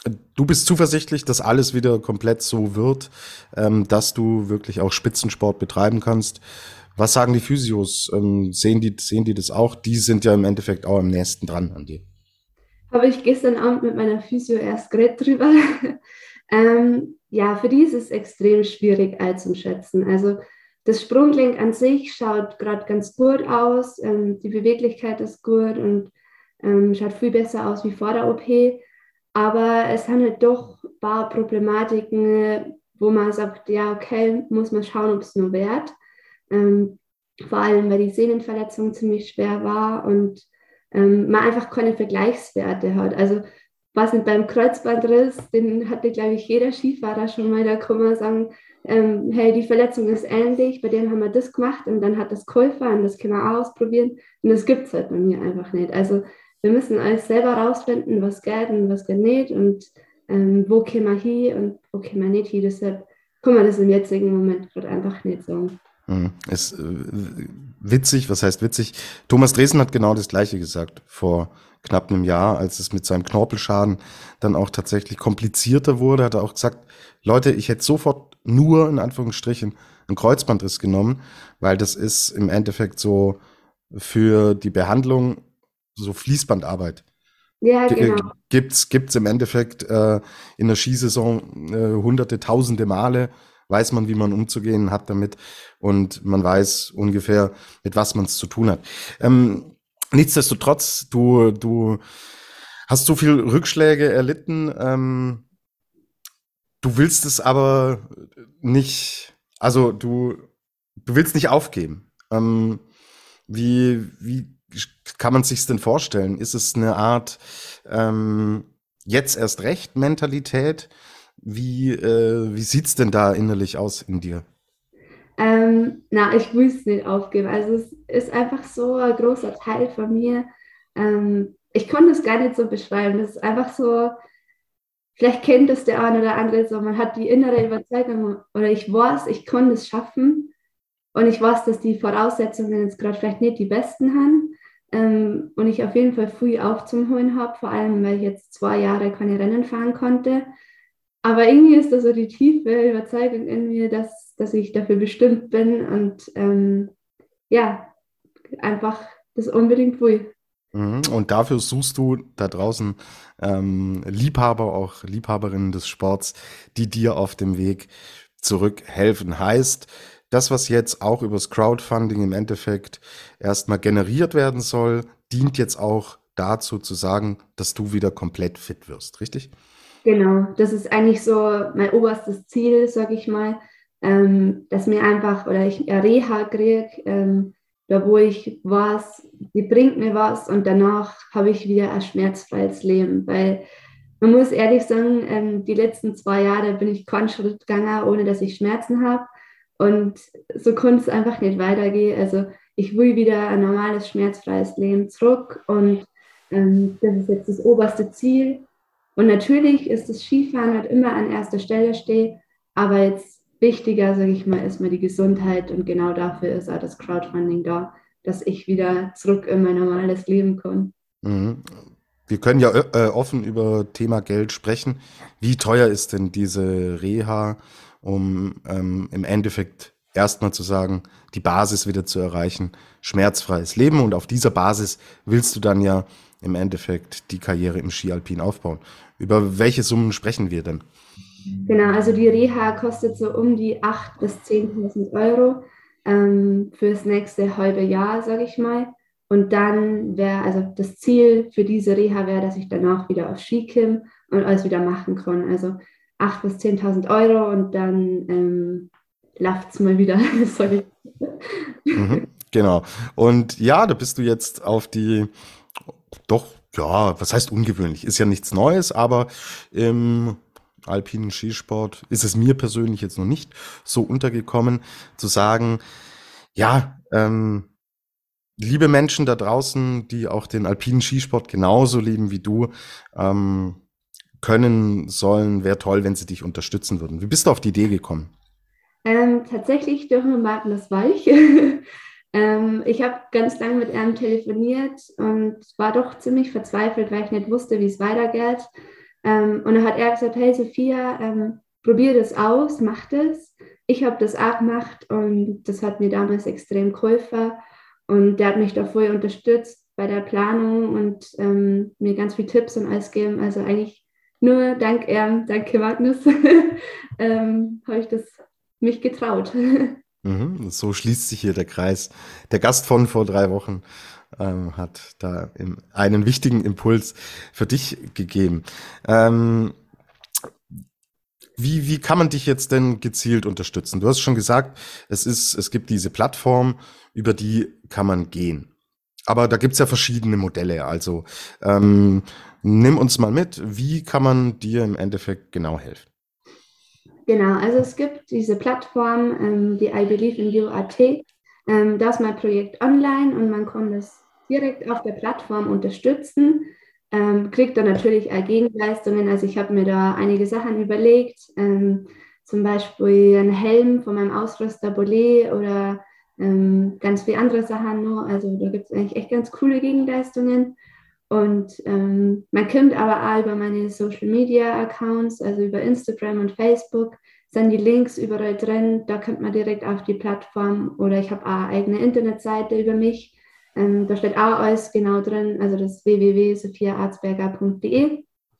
du bist zuversichtlich, dass alles wieder komplett so wird, dass du wirklich auch Spitzensport betreiben kannst. Was sagen die Physios? Sehen die das auch? Die sind ja im Endeffekt auch am nächsten dran an dir. Habe ich gestern Abend mit meiner Physio erst geredet drüber. Ja, für die ist es extrem schwierig einzuschätzen. Also das Sprunggelenk an sich schaut gerade ganz gut aus. Die Beweglichkeit ist gut und schaut viel besser aus wie vor der OP. Aber es sind halt doch ein paar Problematiken, wo man sagt, ja, okay, muss man schauen, ob es nur wert. Ähm, Vor allem, weil die Sehnenverletzung ziemlich schwer war und man einfach keine Vergleichswerte hat. Also was nicht beim Kreuzbandriss, den hatte, glaube ich, jeder Skifahrer schon mal, da kann man sagen, hey, die Verletzung ist ähnlich, bei denen haben wir das gemacht und dann hat das geholfen und das können wir auch ausprobieren und das gibt es halt bei mir einfach nicht. Also wir müssen alles selber rausfinden, was geht und was geht nicht und wo können wir hin und wo können wir nicht hin. Deshalb kann man das im jetzigen Moment gerade einfach nicht sagen. Ist witzig, was heißt witzig? Thomas Dresen hat genau das Gleiche gesagt vor knapp einem Jahr, als es mit seinem Knorpelschaden dann auch tatsächlich komplizierter wurde, hat er auch gesagt, Leute, ich hätte sofort nur in Anführungsstrichen einen Kreuzbandriss genommen, weil das ist im Endeffekt so für die Behandlung so Fließbandarbeit. Ja, genau. Gibt's im Endeffekt in der Skisaison hunderte, tausende Male, weiß man, wie man umzugehen hat damit und man weiß ungefähr, mit was man es zu tun hat. Nichtsdestotrotz, du hast so viel Rückschläge erlitten, du willst es aber nicht, also du willst nicht aufgeben. Wie kann man sich's denn vorstellen? Ist es eine Art jetzt erst recht Mentalität? Wie sieht's denn da innerlich aus in dir? Ich will es nicht aufgeben. Also es ist einfach so ein großer Teil von mir. Ich konnte es gar nicht so beschreiben. Das ist einfach so, vielleicht kennt das der eine oder andere so, man hat die innere Überzeugung oder ich weiß, ich konnte es schaffen und ich weiß, dass die Voraussetzungen jetzt gerade vielleicht nicht die besten haben und ich auf jeden Fall früh aufzuholen habe, vor allem, weil ich jetzt 2 Jahre keine Rennen fahren konnte. Aber irgendwie ist da so die tiefe Überzeugung in mir, dass ich dafür bestimmt bin und ja, einfach das unbedingt will. Und dafür suchst du da draußen Liebhaber, auch Liebhaberinnen des Sports, die dir auf dem Weg zurück helfen. Heißt, das, was jetzt auch übers Crowdfunding im Endeffekt erstmal generiert werden soll, dient jetzt auch dazu zu sagen, dass du wieder komplett fit wirst, richtig? Genau, das ist eigentlich so mein oberstes Ziel, sage ich mal, dass mir einfach, oder ich eine Reha kriege, da wo ich was, die bringt mir was und danach habe ich wieder ein schmerzfreies Leben, weil man muss ehrlich sagen, die letzten 2 Jahre bin ich keinen Schritt gegangen, ohne dass ich Schmerzen habe und so konnte es einfach nicht weitergehen, also ich will wieder ein normales, schmerzfreies Leben zurück und das ist jetzt das oberste Ziel. Und natürlich ist das Skifahren halt immer an erster Stelle stehen, aber jetzt wichtiger, sage ich mal, ist mir die Gesundheit und genau dafür ist auch das Crowdfunding da, dass ich wieder zurück in mein normales Leben komme. Mhm. Wir können ja offen über Thema Geld sprechen. Wie teuer ist denn diese Reha, um im Endeffekt erstmal zu sagen, die Basis wieder zu erreichen, schmerzfreies Leben und auf dieser Basis willst du dann ja im Endeffekt die Karriere im Ski-Alpin aufbauen. Über welche Summen sprechen wir denn? Genau, also die Reha kostet so um die 8.000 bis 10.000 Euro fürs nächste halbe Jahr, sage ich mal. Und dann wäre, also das Ziel für diese Reha wäre, dass ich danach wieder auf Ski komme und alles wieder machen kann. Also 8.000 bis 10.000 Euro und dann läuft es mal wieder, sage ich. Genau. Und ja, da bist du jetzt auf die, doch, ja, was heißt ungewöhnlich? Ist ja nichts Neues, aber im alpinen Skisport ist es mir persönlich jetzt noch nicht so untergekommen, zu sagen, ja, liebe Menschen da draußen, die auch den alpinen Skisport genauso lieben wie du, können, sollen, wäre toll, wenn sie dich unterstützen würden. Wie bist du auf die Idee gekommen? Tatsächlich durch den Magnus Walch. Ich habe ganz lange mit ihm telefoniert und war doch ziemlich verzweifelt, weil ich nicht wusste, wie es weitergeht. Und dann hat er gesagt, hey Sophia, probier das aus, mach das. Ich habe das auch gemacht und das hat mir damals extrem geholfen. Und der hat mich da voll unterstützt bei der Planung und mir ganz viele Tipps und alles gegeben. Also eigentlich nur danke Magnus, habe ich das mich getraut. So schließt sich hier der Kreis. Der Gast von vor 3 Wochen hat da einen wichtigen Impuls für dich gegeben. Wie kann man dich jetzt denn gezielt unterstützen? Du hast schon gesagt, es gibt diese Plattform, über die kann man gehen. Aber da gibt's ja verschiedene Modelle. Also nimm uns mal mit, wie kann man dir im Endeffekt genau helfen? Genau, also es gibt diese Plattform, die I Believe in You.at. Da ist mein Projekt online und man kann das direkt auf der Plattform unterstützen. Kriegt dann natürlich auch Gegenleistungen. Also ich habe mir da einige Sachen überlegt, zum Beispiel einen Helm von meinem Ausrüster Bolet oder ganz viele andere Sachen noch. Also da gibt es eigentlich echt ganz coole Gegenleistungen. Und man kommt aber auch über meine Social Media Accounts, also über Instagram und Facebook, sind die Links überall drin. Da kommt man direkt auf die Plattform oder ich habe auch eine eigene Internetseite über mich. Da steht auch alles genau drin, also das www.sophiaarzberger.de.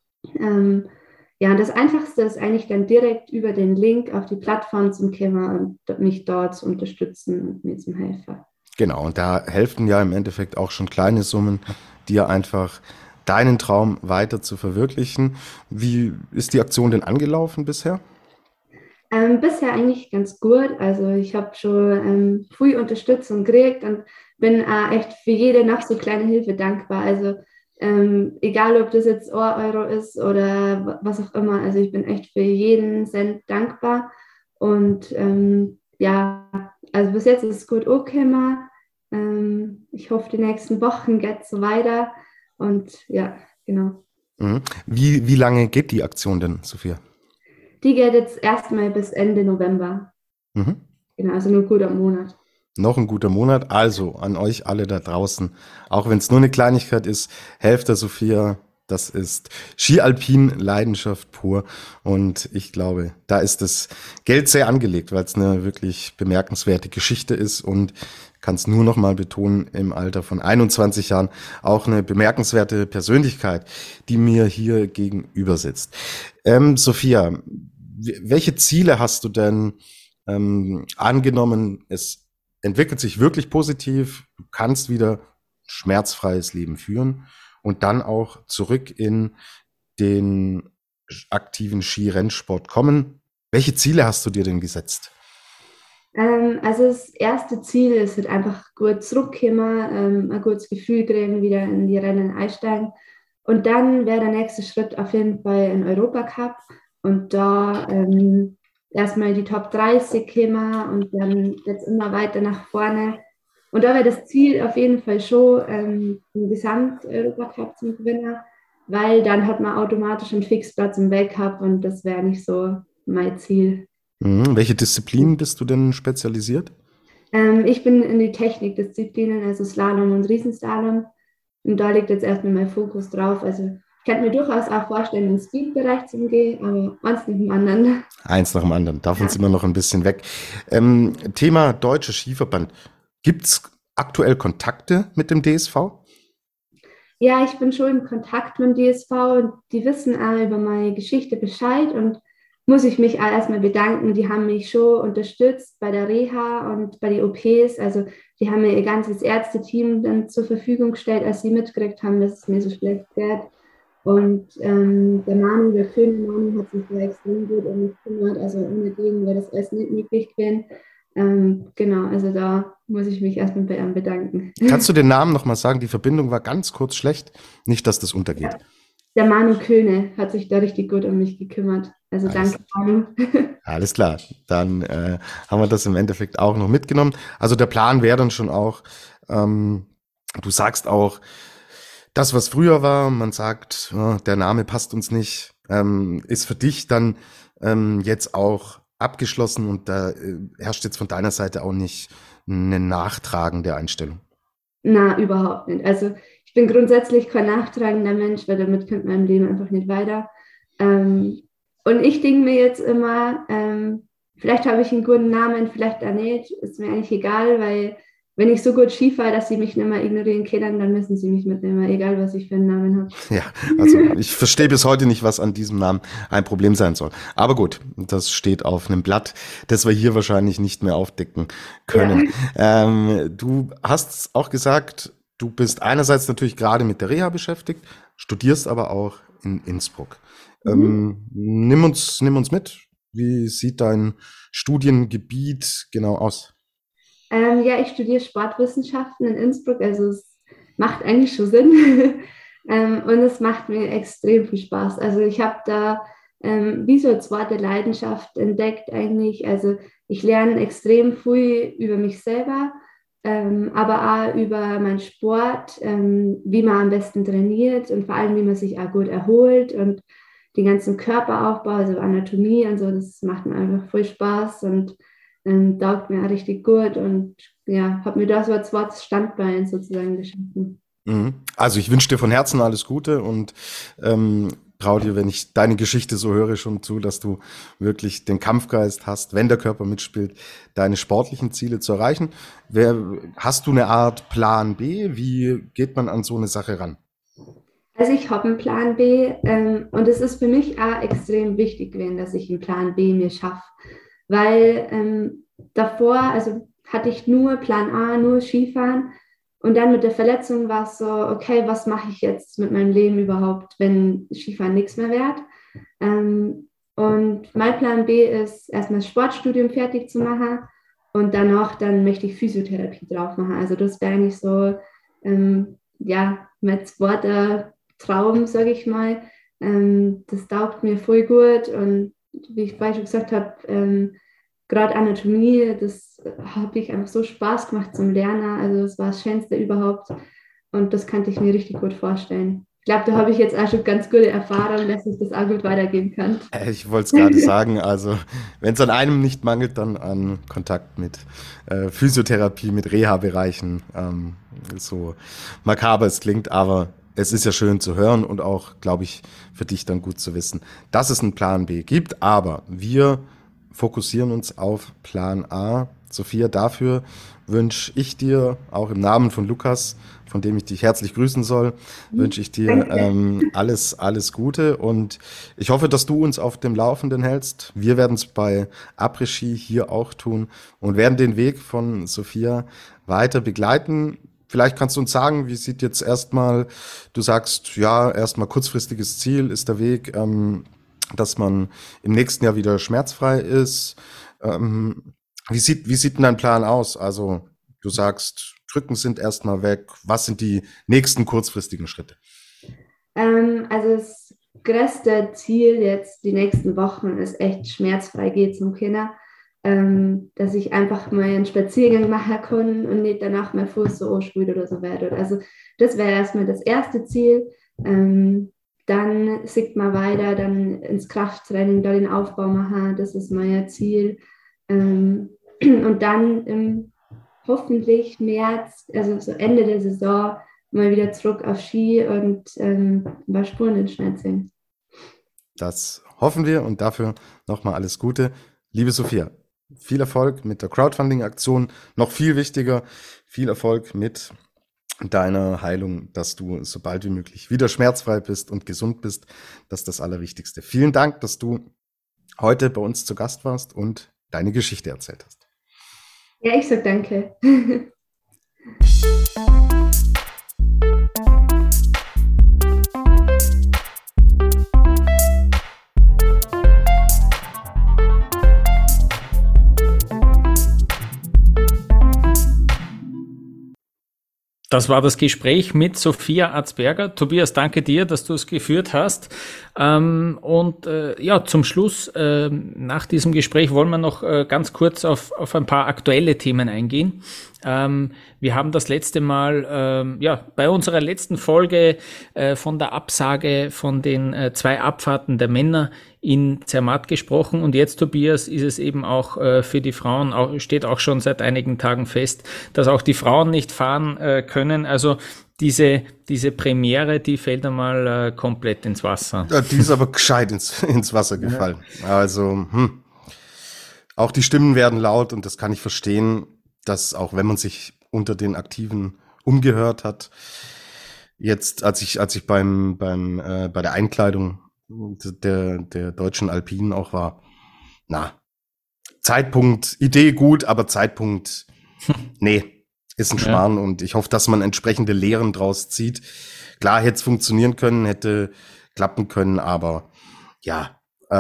Ja, und das Einfachste ist eigentlich dann direkt über den Link auf die Plattform zum kommen und mich dort zu unterstützen und mir zum helfen. Genau, und da helfen ja im Endeffekt auch schon kleine Summen, dir einfach deinen Traum weiter zu verwirklichen. Wie ist die Aktion denn angelaufen bisher? Bisher eigentlich ganz gut. Also ich habe schon viel Unterstützung gekriegt und bin echt für jede noch so kleine Hilfe dankbar. Also egal, ob das jetzt 1 Euro ist oder was auch immer. Also ich bin echt für jeden Cent dankbar. Und ja, also bis jetzt ist es gut angekommen. Ich hoffe, die nächsten Wochen geht es so weiter. Und ja, genau. Wie lange geht die Aktion denn, Sophia? Die geht jetzt erstmal bis Ende November. Genau, also nur gut am Monat. Noch ein guter Monat. Also an euch alle da draußen, auch wenn es nur eine Kleinigkeit ist, helft der Sophia. Das ist Ski-Alpin-Leidenschaft pur. Und ich glaube, da ist das Geld sehr angelegt, weil es eine wirklich bemerkenswerte Geschichte ist und kann es nur noch mal betonen, im Alter von 21 Jahren auch eine bemerkenswerte Persönlichkeit, die mir hier gegenüber sitzt. Sophia, welche Ziele hast du denn angenommen? Es entwickelt sich wirklich positiv, du kannst wieder schmerzfreies Leben führen und dann auch zurück in den aktiven Skirennsport kommen. Welche Ziele hast du dir denn gesetzt? Also das erste Ziel ist halt einfach gut zurückkommen, ein gutes Gefühl kriegen, wieder in die Rennen einsteigen. Und dann wäre der nächste Schritt auf jeden Fall ein Europacup und da erstmal die Top 30 kommen und dann jetzt immer weiter nach vorne. Und da wäre das Ziel auf jeden Fall schon, den Gesamt-Europacup zu gewinnen, weil dann hat man automatisch einen Fixplatz im Weltcup und das wäre nicht so mein Ziel. Welche Disziplinen bist du denn spezialisiert? Ich bin in die Technikdisziplinen, also Slalom und Riesenslalom. Und da liegt jetzt erstmal mein Fokus drauf. Also ich könnte mir durchaus auch vorstellen, in den Speed-Bereich zu gehen, aber eins nach dem anderen. Eins nach dem anderen. Davon sind wir noch ein bisschen weg. Thema Deutscher Skiverband. Gibt es aktuell Kontakte mit dem DSV? Ja, ich bin schon in Kontakt mit dem DSV und die wissen auch über meine Geschichte Bescheid und muss ich mich auch erstmal bedanken. Die haben mich schon unterstützt bei der Reha und bei den OPs. Also die haben mir ihr ganzes Ärzteteam dann zur Verfügung gestellt, als sie mitgekriegt haben, dass es mir so schlecht geht. Und der Manu, der König hat sich da extrem gut um mich gekümmert. Also ohne den wäre das alles nicht möglich gewesen. Genau, also da muss ich mich erstmal bei ihm bedanken. Kannst du den Namen nochmal sagen? Die Verbindung war ganz kurz schlecht. Nicht, dass das untergeht. Ja. Der Manu Köhne hat sich da richtig gut um mich gekümmert. Also danke, Manu. Alles klar, dann haben wir das im Endeffekt auch noch mitgenommen. Also der Plan wäre dann schon auch, du sagst auch, das, was früher war, man sagt, der Name passt uns nicht, ist für dich dann jetzt auch abgeschlossen und da herrscht jetzt von deiner Seite auch nicht ein Nachtragen der Einstellung. Na, überhaupt nicht. Also ich bin grundsätzlich kein nachtragender Mensch, weil damit kommt man im Leben einfach nicht weiter. Und ich denke mir jetzt immer, vielleicht habe ich einen guten Namen, vielleicht auch nicht, ist mir eigentlich egal, weil wenn ich so gut Ski fahre, dass sie mich nicht mehr ignorieren können, dann müssen sie mich mitnehmen, egal was ich für einen Namen habe. Ja, also ich verstehe bis heute nicht, was an diesem Namen ein Problem sein soll. Aber gut, das steht auf einem Blatt, das wir hier wahrscheinlich nicht mehr aufdecken können. Ja. Du hast auch gesagt, du bist einerseits natürlich gerade mit der Reha beschäftigt, studierst aber auch in Innsbruck. Nimm uns mit. Wie sieht dein Studiengebiet genau aus? Ja, ich studiere Sportwissenschaften in Innsbruck, also es macht eigentlich schon Sinn. Und es macht mir extrem viel Spaß. Also ich habe da wie so eine zweite Leidenschaft entdeckt eigentlich. Also ich lerne extrem viel über mich selber, aber auch über meinen Sport, wie man am besten trainiert und vor allem, wie man sich auch gut erholt und den ganzen Körperaufbau, also Anatomie und so, das macht mir einfach voll Spaß und taugt mir auch richtig gut und ja, habe mir da so ein zweites Standbein sozusagen geschaffen. Also ich wünsche dir von Herzen alles Gute und traue dir, wenn ich deine Geschichte so höre, schon zu, dass du wirklich den Kampfgeist hast, wenn der Körper mitspielt, deine sportlichen Ziele zu erreichen. Hast du eine Art Plan B? Wie geht man an so eine Sache ran? Also ich habe einen Plan B und es ist für mich auch extrem wichtig gewesen, dass ich einen Plan B mir schaffe, weil davor, also hatte ich nur Plan A, nur Skifahren und dann mit der Verletzung war es so, okay, was mache ich jetzt mit meinem Leben überhaupt, wenn Skifahren nichts mehr wird? Und mein Plan B ist, erstmal das Sportstudium fertig zu machen und danach dann möchte ich Physiotherapie drauf machen. Also das wäre eigentlich so, ja, mein zweiter Traum, sage ich mal. Das taugt mir voll gut und wie ich vorhin schon gesagt habe, gerade Anatomie, das habe ich einfach so Spaß gemacht zum Lernen. Also das war das Schönste überhaupt und das kannte ich mir richtig gut vorstellen. Ich glaube, da habe ich jetzt auch schon ganz gute Erfahrungen, dass ich das auch gut weitergeben kann. Ich wollte es gerade sagen, also wenn es an einem nicht mangelt, dann an Kontakt mit Physiotherapie, mit Reha-Bereichen. So makaber es klingt, aber es ist ja schön zu hören und auch, glaube ich, für dich dann gut zu wissen, dass es einen Plan B gibt. Aber wir fokussieren uns auf Plan A. Sophia, dafür wünsche ich dir, auch im Namen von Lukas, von dem ich dich herzlich grüßen soll, wünsche ich dir alles Gute und ich hoffe, dass du uns auf dem Laufenden hältst. Wir werden es bei Après-Ski hier auch tun und werden den Weg von Sophia weiter begleiten. Vielleicht kannst du uns sagen, wie sieht jetzt erstmal, du sagst, ja, erstmal kurzfristiges Ziel ist der Weg, dass man im nächsten Jahr wieder schmerzfrei ist. Wie sieht denn dein Plan aus? Also du sagst, Krücken sind erstmal weg. Was sind die nächsten kurzfristigen Schritte? Also das größte Ziel jetzt die nächsten Wochen ist echt schmerzfrei gehen zum Kinder. Dass ich einfach mal einen Spaziergang machen kann und nicht danach mein Fuß so anschwillt oder so wird. Also das wäre erstmal das erste Ziel. Dann sieht man weiter, dann ins Krafttraining, da den Aufbau machen, das ist mein Ziel. Und dann hoffentlich März, also so Ende der Saison, mal wieder zurück auf Ski und ein paar Spuren in Schnee ziehen. Das hoffen wir und dafür nochmal alles Gute. Liebe Sophia, viel Erfolg mit der Crowdfunding-Aktion. Noch viel wichtiger, viel Erfolg mit deiner Heilung, dass du so bald wie möglich wieder schmerzfrei bist und gesund bist. Das ist das Allerwichtigste. Vielen Dank, dass du heute bei uns zu Gast warst und deine Geschichte erzählt hast. Ja, ich sag danke. Das war das Gespräch mit Sophia Atzberger. Tobias, danke dir, dass du es geführt hast. Ja, zum Schluss, nach diesem Gespräch wollen wir noch ganz kurz auf ein paar aktuelle Themen eingehen. Wir haben das letzte Mal, bei unserer letzten Folge von der Absage von den 2 Abfahrten der Männer in Zermatt gesprochen und jetzt, Tobias, ist es eben auch für die Frauen, steht auch schon seit einigen Tagen fest, dass auch die Frauen nicht fahren können. Also diese Premiere, die fällt einmal komplett ins Wasser. Die ist aber gescheit ins Wasser gefallen. Ja. Also, auch die Stimmen werden laut und das kann ich verstehen, dass auch wenn man sich unter den Aktiven umgehört hat, jetzt, als ich bei der Einkleidung der deutschen Alpinen auch war, Zeitpunkt, Idee gut, aber Zeitpunkt, nee, ist ein Schmarrn und ich hoffe, dass man entsprechende Lehren draus zieht. Klar, hätte es funktionieren können, hätte klappen können, aber ja,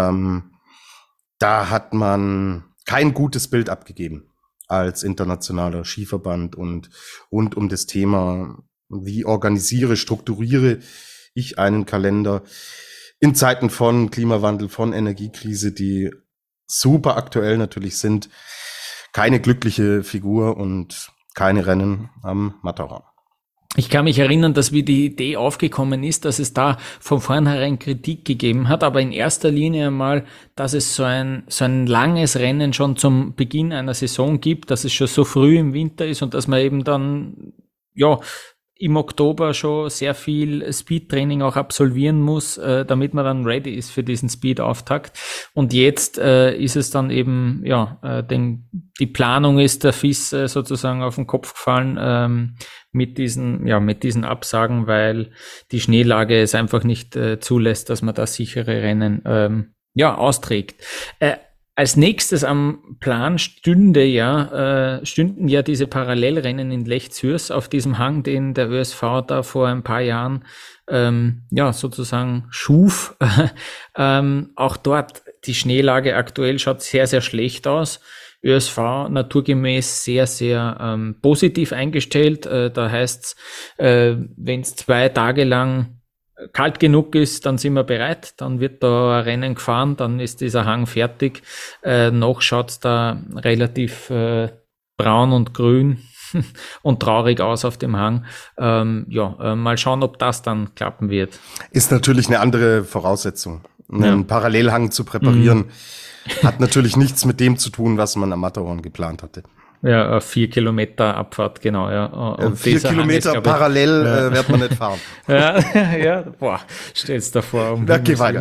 da hat man kein gutes Bild abgegeben als internationaler Skiverband und rund um das Thema, wie strukturiere ich einen Kalender in Zeiten von Klimawandel, von Energiekrise, die super aktuell natürlich sind. Keine glückliche Figur und keine Rennen am Matterhorn. Ich kann mich erinnern, dass wie die Idee aufgekommen ist, dass es da von vornherein Kritik gegeben hat, aber in erster Linie einmal, dass es so ein langes Rennen schon zum Beginn einer Saison gibt, dass es schon so früh im Winter ist und dass man eben dann, im Oktober schon sehr viel Speed-Training auch absolvieren muss, damit man dann ready ist für diesen Speed-Auftakt. Und jetzt ist es dann eben, die Planung ist der FIS sozusagen auf den Kopf gefallen mit diesen Absagen, weil die Schneelage es einfach nicht zulässt, dass man da sichere Rennen austrägt. Als nächstes am Plan stünden ja diese Parallelrennen in Lech Zürs auf diesem Hang, den der ÖSV da vor ein paar Jahren sozusagen schuf. Auch dort die Schneelage aktuell schaut sehr, sehr schlecht aus. ÖSV naturgemäß sehr, sehr positiv eingestellt. Da heißt's, wenn es 2 Tage lang kalt genug ist, dann sind wir bereit, dann wird da ein Rennen gefahren, dann ist dieser Hang fertig. Noch schaut's da relativ braun und grün und traurig aus auf dem Hang. Mal schauen, ob das dann klappen wird. Ist natürlich eine andere Voraussetzung. Einen Parallelhang zu präparieren, hat natürlich nichts mit dem zu tun, was man am Matterhorn geplant hatte. Ja, 4 Kilometer Abfahrt, genau, ja. Und 4 Kilometer parallel wird man nicht fahren. Stell's dir vor. Geh weiter.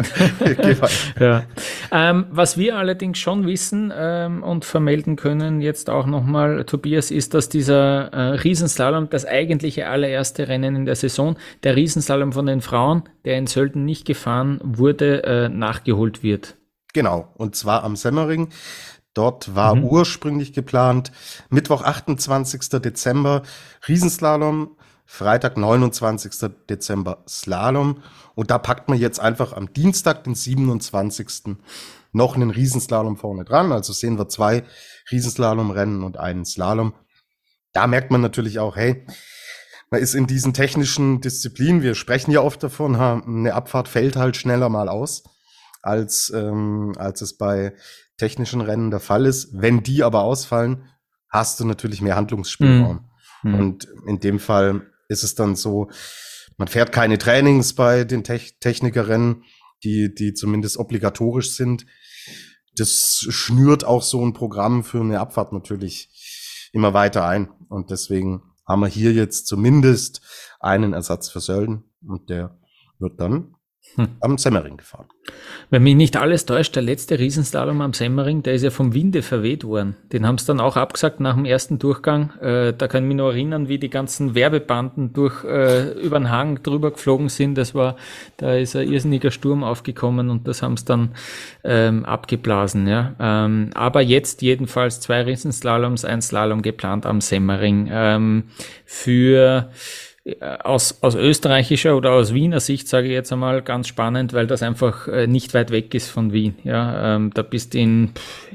Was wir allerdings schon wissen und vermelden können jetzt auch nochmal, Tobias, ist, dass dieser Riesenslalom, das eigentliche allererste Rennen in der Saison, der Riesenslalom von den Frauen, der in Sölden nicht gefahren wurde, nachgeholt wird. Genau, und zwar am Semmering. Dort war ursprünglich geplant, Mittwoch, 28. Dezember Riesenslalom, Freitag, 29. Dezember Slalom. Und da packt man jetzt einfach am Dienstag, den 27. noch einen Riesenslalom vorne dran. Also sehen wir 2 Riesenslalom-Rennen und einen Slalom. Da merkt man natürlich auch, hey, man ist in diesen technischen Disziplinen, wir sprechen ja oft davon, eine Abfahrt fällt halt schneller mal aus, als es bei technischen Rennen der Fall ist. Wenn die aber ausfallen, hast du natürlich mehr Handlungsspielraum. Und in dem Fall ist es dann so, man fährt keine Trainings bei den Technikerrennen, die zumindest obligatorisch sind. Das schnürt auch so ein Programm für eine Abfahrt natürlich immer weiter ein. Und deswegen haben wir hier jetzt zumindest einen Ersatz für Sölden und der wird dann am Semmering gefahren. Wenn mich nicht alles täuscht, der letzte Riesenslalom am Semmering, der ist ja vom Winde verweht worden. Den haben sie dann auch abgesagt nach dem ersten Durchgang. Da kann ich mich noch erinnern, wie die ganzen Werbebanden über den Hang drüber geflogen sind. Da ist ein irrsinniger Sturm aufgekommen und das haben sie dann abgeblasen. Ja. Aber jetzt jedenfalls 2 Riesenslaloms, ein Slalom geplant am Semmering. Aus österreichischer oder aus Wiener Sicht sage ich jetzt einmal ganz spannend, weil das einfach nicht weit weg ist von Wien. Ja, da bist in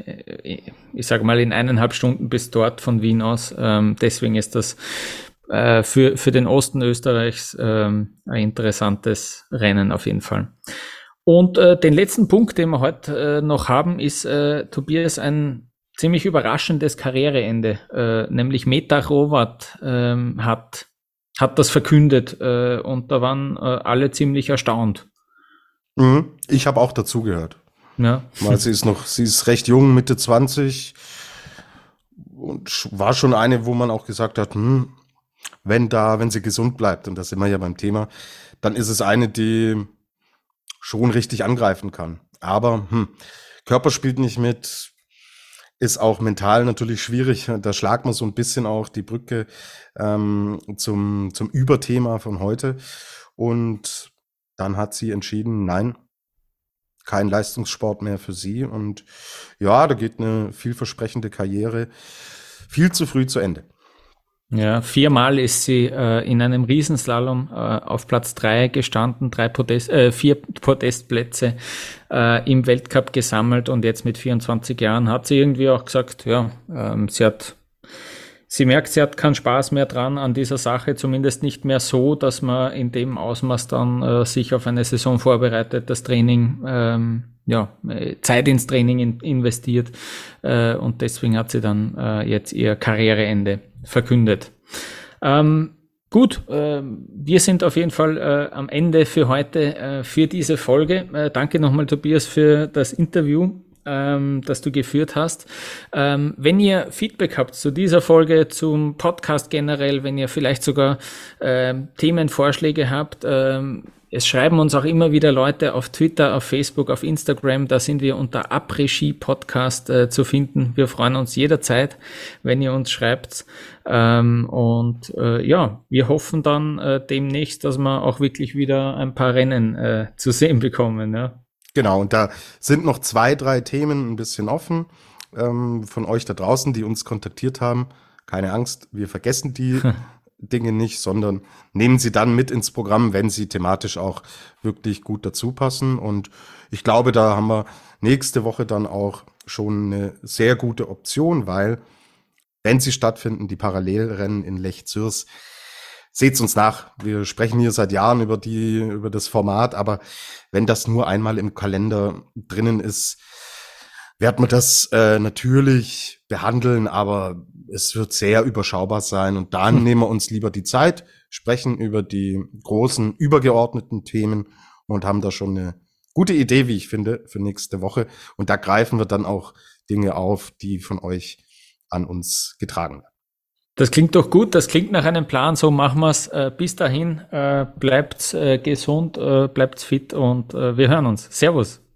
1,5 Stunden bis dort von Wien aus. Deswegen ist das für den Osten Österreichs ein interessantes Rennen auf jeden Fall. Und den letzten Punkt, den wir heute noch haben, ist Tobias ein ziemlich überraschendes Karriereende, nämlich Meta Hrovat hat das verkündet und da waren alle ziemlich erstaunt. Ich habe auch dazugehört. Ja. Weil sie ist recht jung, Mitte 20 und war schon eine, wo man auch gesagt hat, wenn sie gesund bleibt, und da sind wir ja beim Thema, dann ist es eine, die schon richtig angreifen kann. Aber Körper spielt nicht mit, ist auch mental natürlich schwierig. Da schlagt man so ein bisschen auch die Brücke zum Überthema von heute. Und dann hat sie entschieden, nein, kein Leistungssport mehr für sie. Und ja, da geht eine vielversprechende Karriere viel zu früh zu Ende. Ja, 4-mal ist sie in einem Riesenslalom auf Platz 3 gestanden, 4 Podestplätze im Weltcup gesammelt, und jetzt mit 24 Jahren hat sie irgendwie auch gesagt, ja, sie merkt, sie hat keinen Spaß mehr dran an dieser Sache, zumindest nicht mehr so, dass man in dem Ausmaß dann sich auf eine Saison vorbereitet, das Training, Zeit ins Training investiert, und deswegen hat sie dann jetzt ihr Karriereende verkündet. Gut, wir sind auf jeden Fall am Ende für heute, für diese Folge. Danke nochmal, Tobias, für das Interview, das du geführt hast. Wenn ihr Feedback habt zu dieser Folge, zum Podcast generell, wenn ihr vielleicht sogar Themenvorschläge habt, es schreiben uns auch immer wieder Leute auf Twitter, auf Facebook, auf Instagram, da sind wir unter Après-Ski Podcast zu finden. Wir freuen uns jederzeit, wenn ihr uns schreibt. Wir hoffen dann demnächst, dass wir auch wirklich wieder ein paar Rennen zu sehen bekommen. Ja. Genau, und da sind noch 2, 3 Themen ein bisschen offen von euch da draußen, die uns kontaktiert haben. Keine Angst, wir vergessen die Dinge nicht, sondern nehmen sie dann mit ins Programm, wenn sie thematisch auch wirklich gut dazu passen. Und ich glaube, da haben wir nächste Woche dann auch schon eine sehr gute Option, weil, wenn sie stattfinden, die Parallelrennen in Lech Zürs, seht's uns nach. Wir sprechen hier seit Jahren über das Format, aber wenn das nur einmal im Kalender drinnen ist, werden wir das natürlich behandeln, aber es wird sehr überschaubar sein, und dann nehmen wir uns lieber die Zeit, sprechen über die großen übergeordneten Themen und haben da schon eine gute Idee, wie ich finde, für nächste Woche, und da greifen wir dann auch Dinge auf, die von euch an uns getragen werden. Das klingt doch gut, das klingt nach einem Plan, so machen wir's. Bis dahin, bleibt gesund, bleibt fit, und wir hören uns. Servus.